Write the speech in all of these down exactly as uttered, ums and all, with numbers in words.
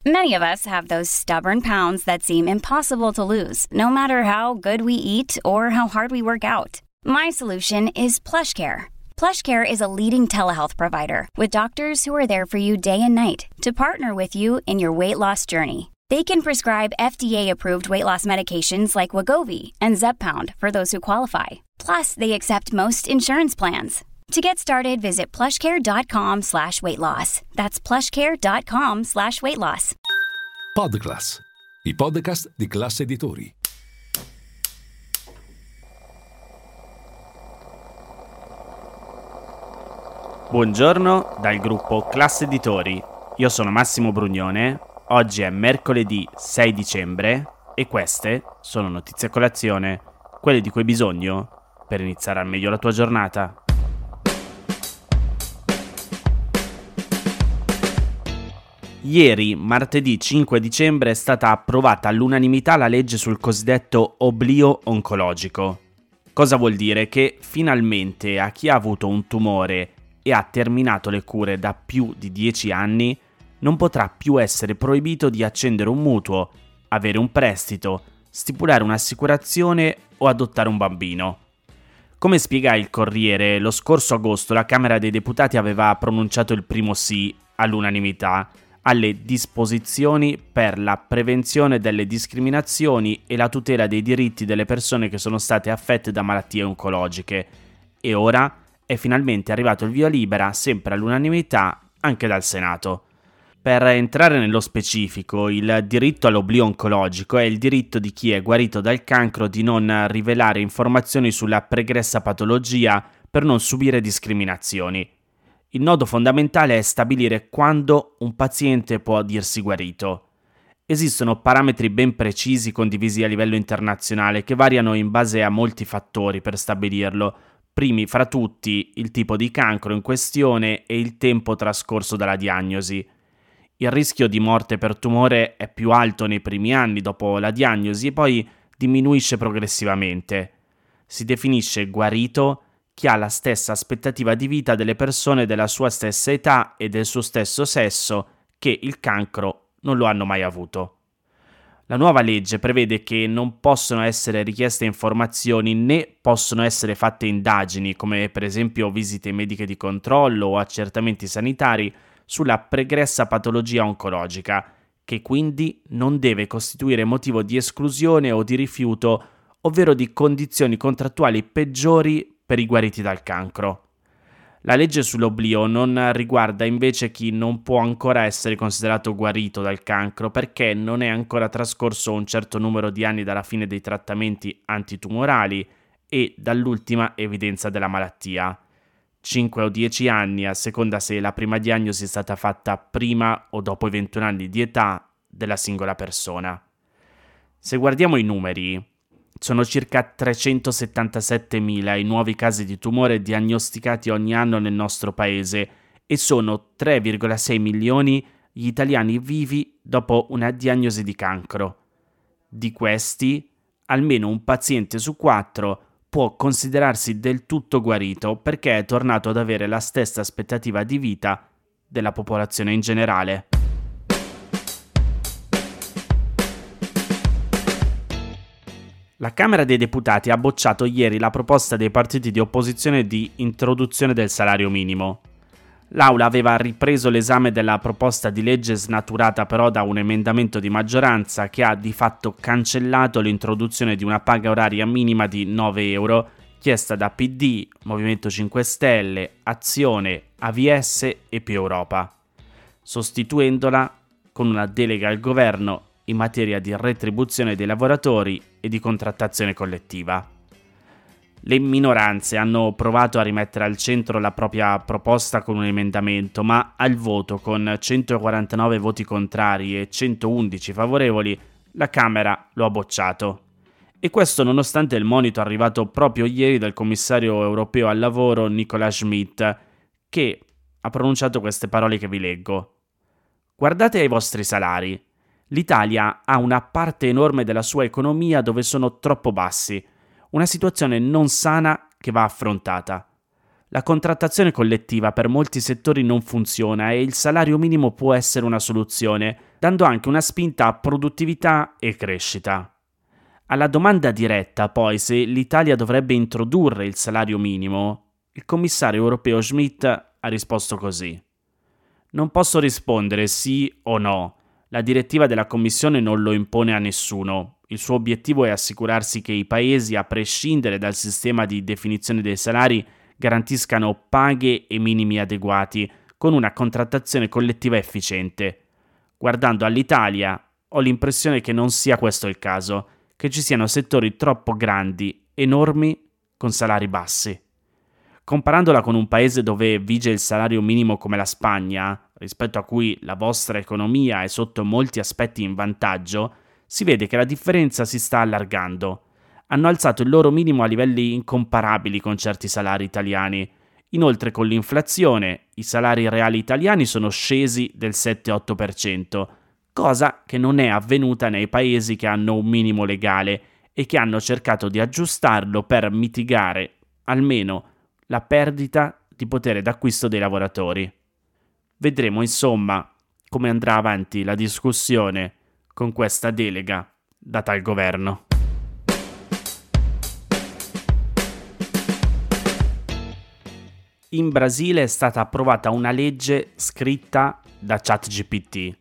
Many of us have those stubborn pounds that seem impossible to lose, no matter how good we eat or how hard we work out. My solution is PlushCare. PlushCare is a leading telehealth provider with doctors who are there for you day and night to partner with you in your weight loss journey. They can prescribe F D A-approved weight loss medications like Wegovy and Zepbound for those who qualify. Plus, they accept most insurance plans. To get started, visit plushcare.com slash weight loss. That's plushcare.com slash weight loss. Podclass, i podcast di Classe Editori. Buongiorno dal gruppo Classe Editori. Io sono Massimo Brugnone. Oggi è mercoledì sei dicembre e queste sono notizie a colazione, quelle di cui hai bisogno per iniziare al meglio la tua giornata. Ieri, martedì cinque dicembre, è stata approvata all'unanimità la legge sul cosiddetto oblio oncologico. Cosa vuol dire? Che finalmente a chi ha avuto un tumore e ha terminato le cure da più di dieci anni non potrà più essere proibito di accendere un mutuo, avere un prestito, stipulare un'assicurazione o adottare un bambino. Come spiega il Corriere, lo scorso agosto la Camera dei Deputati aveva pronunciato il primo sì all'unanimità alle disposizioni per la prevenzione delle discriminazioni e la tutela dei diritti delle persone che sono state affette da malattie oncologiche, e ora è finalmente arrivato il via libera, sempre all'unanimità, anche dal Senato. Per entrare nello specifico, il diritto all'oblio oncologico è il diritto di chi è guarito dal cancro di non rivelare informazioni sulla pregressa patologia per non subire discriminazioni. Il nodo fondamentale è stabilire quando un paziente può dirsi guarito. Esistono parametri ben precisi condivisi a livello internazionale che variano in base a molti fattori per stabilirlo, primi fra tutti il tipo di cancro in questione e il tempo trascorso dalla diagnosi. Il rischio di morte per tumore è più alto nei primi anni dopo la diagnosi e poi diminuisce progressivamente. Si definisce guarito chi ha la stessa aspettativa di vita delle persone della sua stessa età e del suo stesso sesso che il cancro non lo hanno mai avuto. La nuova legge prevede che non possono essere richieste informazioni né possono essere fatte indagini, come per esempio visite mediche di controllo o accertamenti sanitari, sulla pregressa patologia oncologica, che quindi non deve costituire motivo di esclusione o di rifiuto, ovvero di condizioni contrattuali peggiori per i guariti dal cancro. La legge sull'oblio non riguarda invece chi non può ancora essere considerato guarito dal cancro perché non è ancora trascorso un certo numero di anni dalla fine dei trattamenti antitumorali e dall'ultima evidenza della malattia. cinque o dieci anni a seconda se la prima diagnosi è stata fatta prima o dopo i ventuno anni di età della singola persona. Se guardiamo i numeri, sono circa trecentosettantasettemila i nuovi casi di tumore diagnosticati ogni anno nel nostro paese e sono tre virgola sei milioni gli italiani vivi dopo una diagnosi di cancro. Di questi, almeno un paziente su quattro può considerarsi del tutto guarito perché è tornato ad avere la stessa aspettativa di vita della popolazione in generale. La Camera dei Deputati ha bocciato ieri la proposta dei partiti di opposizione di introduzione del salario minimo. L'Aula aveva ripreso l'esame della proposta di legge snaturata però da un emendamento di maggioranza che ha di fatto cancellato l'introduzione di una paga oraria minima di nove euro chiesta da P D, Movimento cinque Stelle, Azione, A V S e Più Europa, sostituendola con una delega al governo in materia di retribuzione dei lavoratori e di contrattazione collettiva. Le minoranze hanno provato a rimettere al centro la propria proposta con un emendamento, ma al voto, con centoquarantanove voti contrari e centoundici favorevoli, la Camera lo ha bocciato. E questo nonostante il monito arrivato proprio ieri dal commissario europeo al lavoro Nicolas Schmit, che ha pronunciato queste parole che vi leggo. Guardate ai vostri salari. L'Italia ha una parte enorme della sua economia dove sono troppo bassi, una situazione non sana che va affrontata. La contrattazione collettiva per molti settori non funziona e il salario minimo può essere una soluzione, dando anche una spinta a produttività e crescita. Alla domanda diretta, poi, se l'Italia dovrebbe introdurre il salario minimo, il commissario europeo Schmidt ha risposto così: non posso rispondere sì o no. La direttiva della Commissione non lo impone a nessuno. Il suo obiettivo è assicurarsi che i paesi, a prescindere dal sistema di definizione dei salari, garantiscano paghe e minimi adeguati, con una contrattazione collettiva efficiente. Guardando all'Italia, ho l'impressione che non sia questo il caso, che ci siano settori troppo grandi, enormi, con salari bassi. Comparandola con un paese dove vige il salario minimo come la Spagna, rispetto a cui la vostra economia è sotto molti aspetti in vantaggio, si vede che la differenza si sta allargando. Hanno alzato il loro minimo a livelli incomparabili con certi salari italiani. Inoltre, con l'inflazione, i salari reali italiani sono scesi del sette otto per cento, cosa che non è avvenuta nei paesi che hanno un minimo legale e che hanno cercato di aggiustarlo per mitigare, almeno, la perdita di potere d'acquisto dei lavoratori. Vedremo insomma come andrà avanti la discussione con questa delega data al governo. In Brasile è stata approvata una legge scritta da ChatGPT.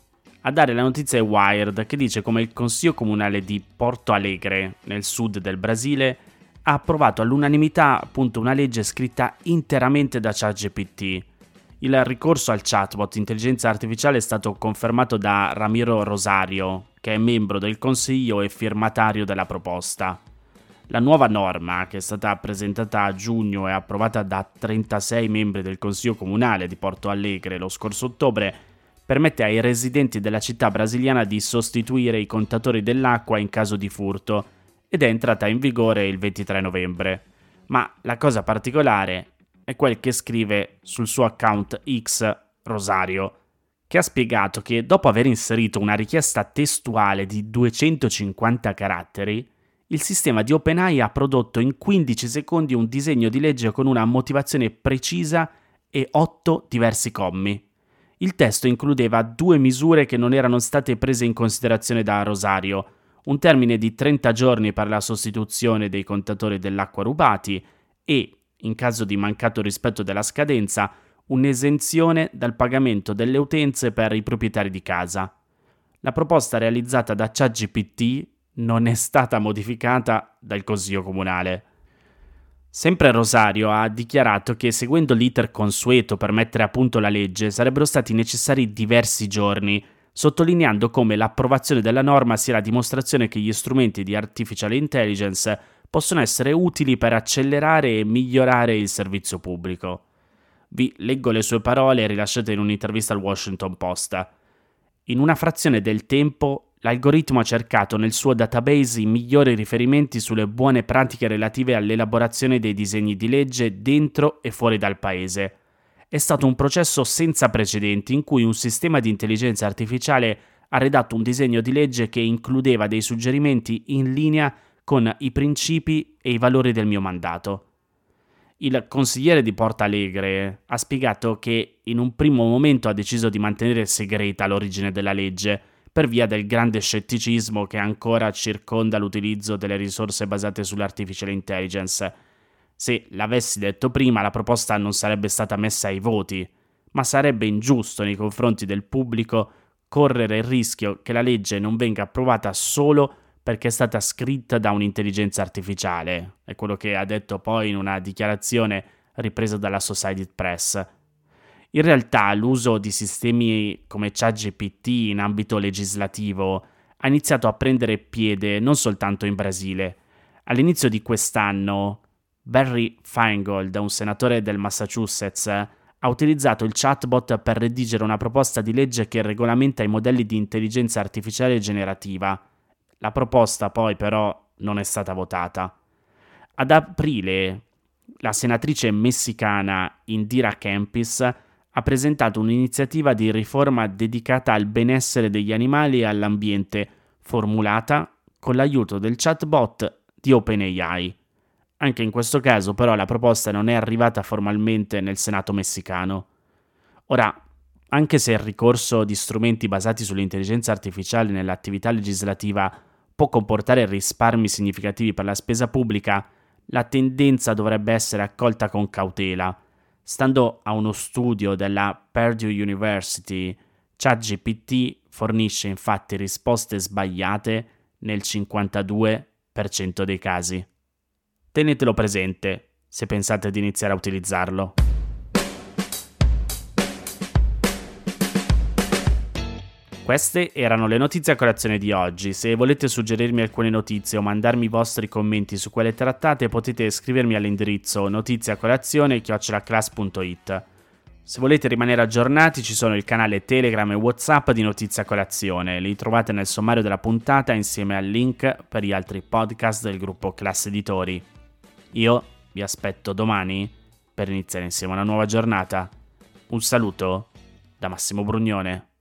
A dare la notizia è Wired, che dice come il Consiglio Comunale di Porto Alegre, nel sud del Brasile, ha approvato all'unanimità appunto una legge scritta interamente da ChatGPT. Il ricorso al chatbot intelligenza artificiale è stato confermato da Ramiro Rosario, che è membro del Consiglio e firmatario della proposta. La nuova norma, che è stata presentata a giugno e approvata da trentasei membri del Consiglio Comunale di Porto Alegre lo scorso ottobre, permette ai residenti della città brasiliana di sostituire i contatori dell'acqua in caso di furto ed è entrata in vigore il ventitré novembre. Ma la cosa particolare è quel che scrive sul suo account X Rosario, che ha spiegato che dopo aver inserito una richiesta testuale di duecentocinquanta caratteri, il sistema di OpenAI ha prodotto in quindici secondi un disegno di legge con una motivazione precisa e otto diversi commi. Il testo includeva due misure che non erano state prese in considerazione da Rosario: un termine di trenta giorni per la sostituzione dei contatori dell'acqua rubati e, in caso di mancato rispetto della scadenza, un'esenzione dal pagamento delle utenze per i proprietari di casa. La proposta realizzata da ChatGPT non è stata modificata dal Consiglio Comunale. Sempre Rosario ha dichiarato che, seguendo l'iter consueto per mettere a punto la legge, sarebbero stati necessari diversi giorni, sottolineando come l'approvazione della norma sia la dimostrazione che gli strumenti di artificial intelligence possono essere utili per accelerare e migliorare il servizio pubblico. Vi leggo le sue parole rilasciate in un'intervista al Washington Post. In una frazione del tempo, l'algoritmo ha cercato nel suo database i migliori riferimenti sulle buone pratiche relative all'elaborazione dei disegni di legge dentro e fuori dal paese. È stato un processo senza precedenti in cui un sistema di intelligenza artificiale ha redatto un disegno di legge che includeva dei suggerimenti in linea con i principi e i valori del mio mandato. Il consigliere di Porto Alegre ha spiegato che in un primo momento ha deciso di mantenere segreta l'origine della legge per via del grande scetticismo che ancora circonda l'utilizzo delle risorse basate sull'artificial intelligence. Se l'avessi detto prima, la proposta non sarebbe stata messa ai voti, ma sarebbe ingiusto nei confronti del pubblico correre il rischio che la legge non venga approvata solo perché è stata scritta da un'intelligenza artificiale. È quello che ha detto poi in una dichiarazione ripresa dalla Associated Press. In realtà l'uso di sistemi come ChatGPT in ambito legislativo ha iniziato a prendere piede non soltanto in Brasile. All'inizio di quest'anno Barry Feingold, un senatore del Massachusetts, ha utilizzato il chatbot per redigere una proposta di legge che regolamenta i modelli di intelligenza artificiale generativa. La proposta poi però non è stata votata. Ad aprile la senatrice messicana Indira Kempis ha presentato un'iniziativa di riforma dedicata al benessere degli animali e all'ambiente, formulata con l'aiuto del chatbot di OpenAI. Anche in questo caso però la proposta non è arrivata formalmente nel Senato messicano. Ora, Anche se il ricorso di strumenti basati sull'intelligenza artificiale nell'attività legislativa può comportare risparmi significativi per la spesa pubblica, la tendenza dovrebbe essere accolta con cautela. Stando a uno studio della Purdue University, ChatGPT fornisce infatti risposte sbagliate nel cinquantadue per cento dei casi. Tenetelo presente se pensate di iniziare a utilizzarlo. Queste erano le notizie a colazione di oggi. Se volete suggerirmi alcune notizie o mandarmi i vostri commenti su quelle trattate, potete scrivermi all'indirizzo notiziacolazione chiocciola class punto it. Se volete rimanere aggiornati, ci sono il canale Telegram e WhatsApp di Notizia Colazione. Li trovate nel sommario della puntata insieme al link per gli altri podcast del gruppo Class Editori. Io vi aspetto domani per iniziare insieme una nuova giornata. Un saluto da Massimo Brugnone.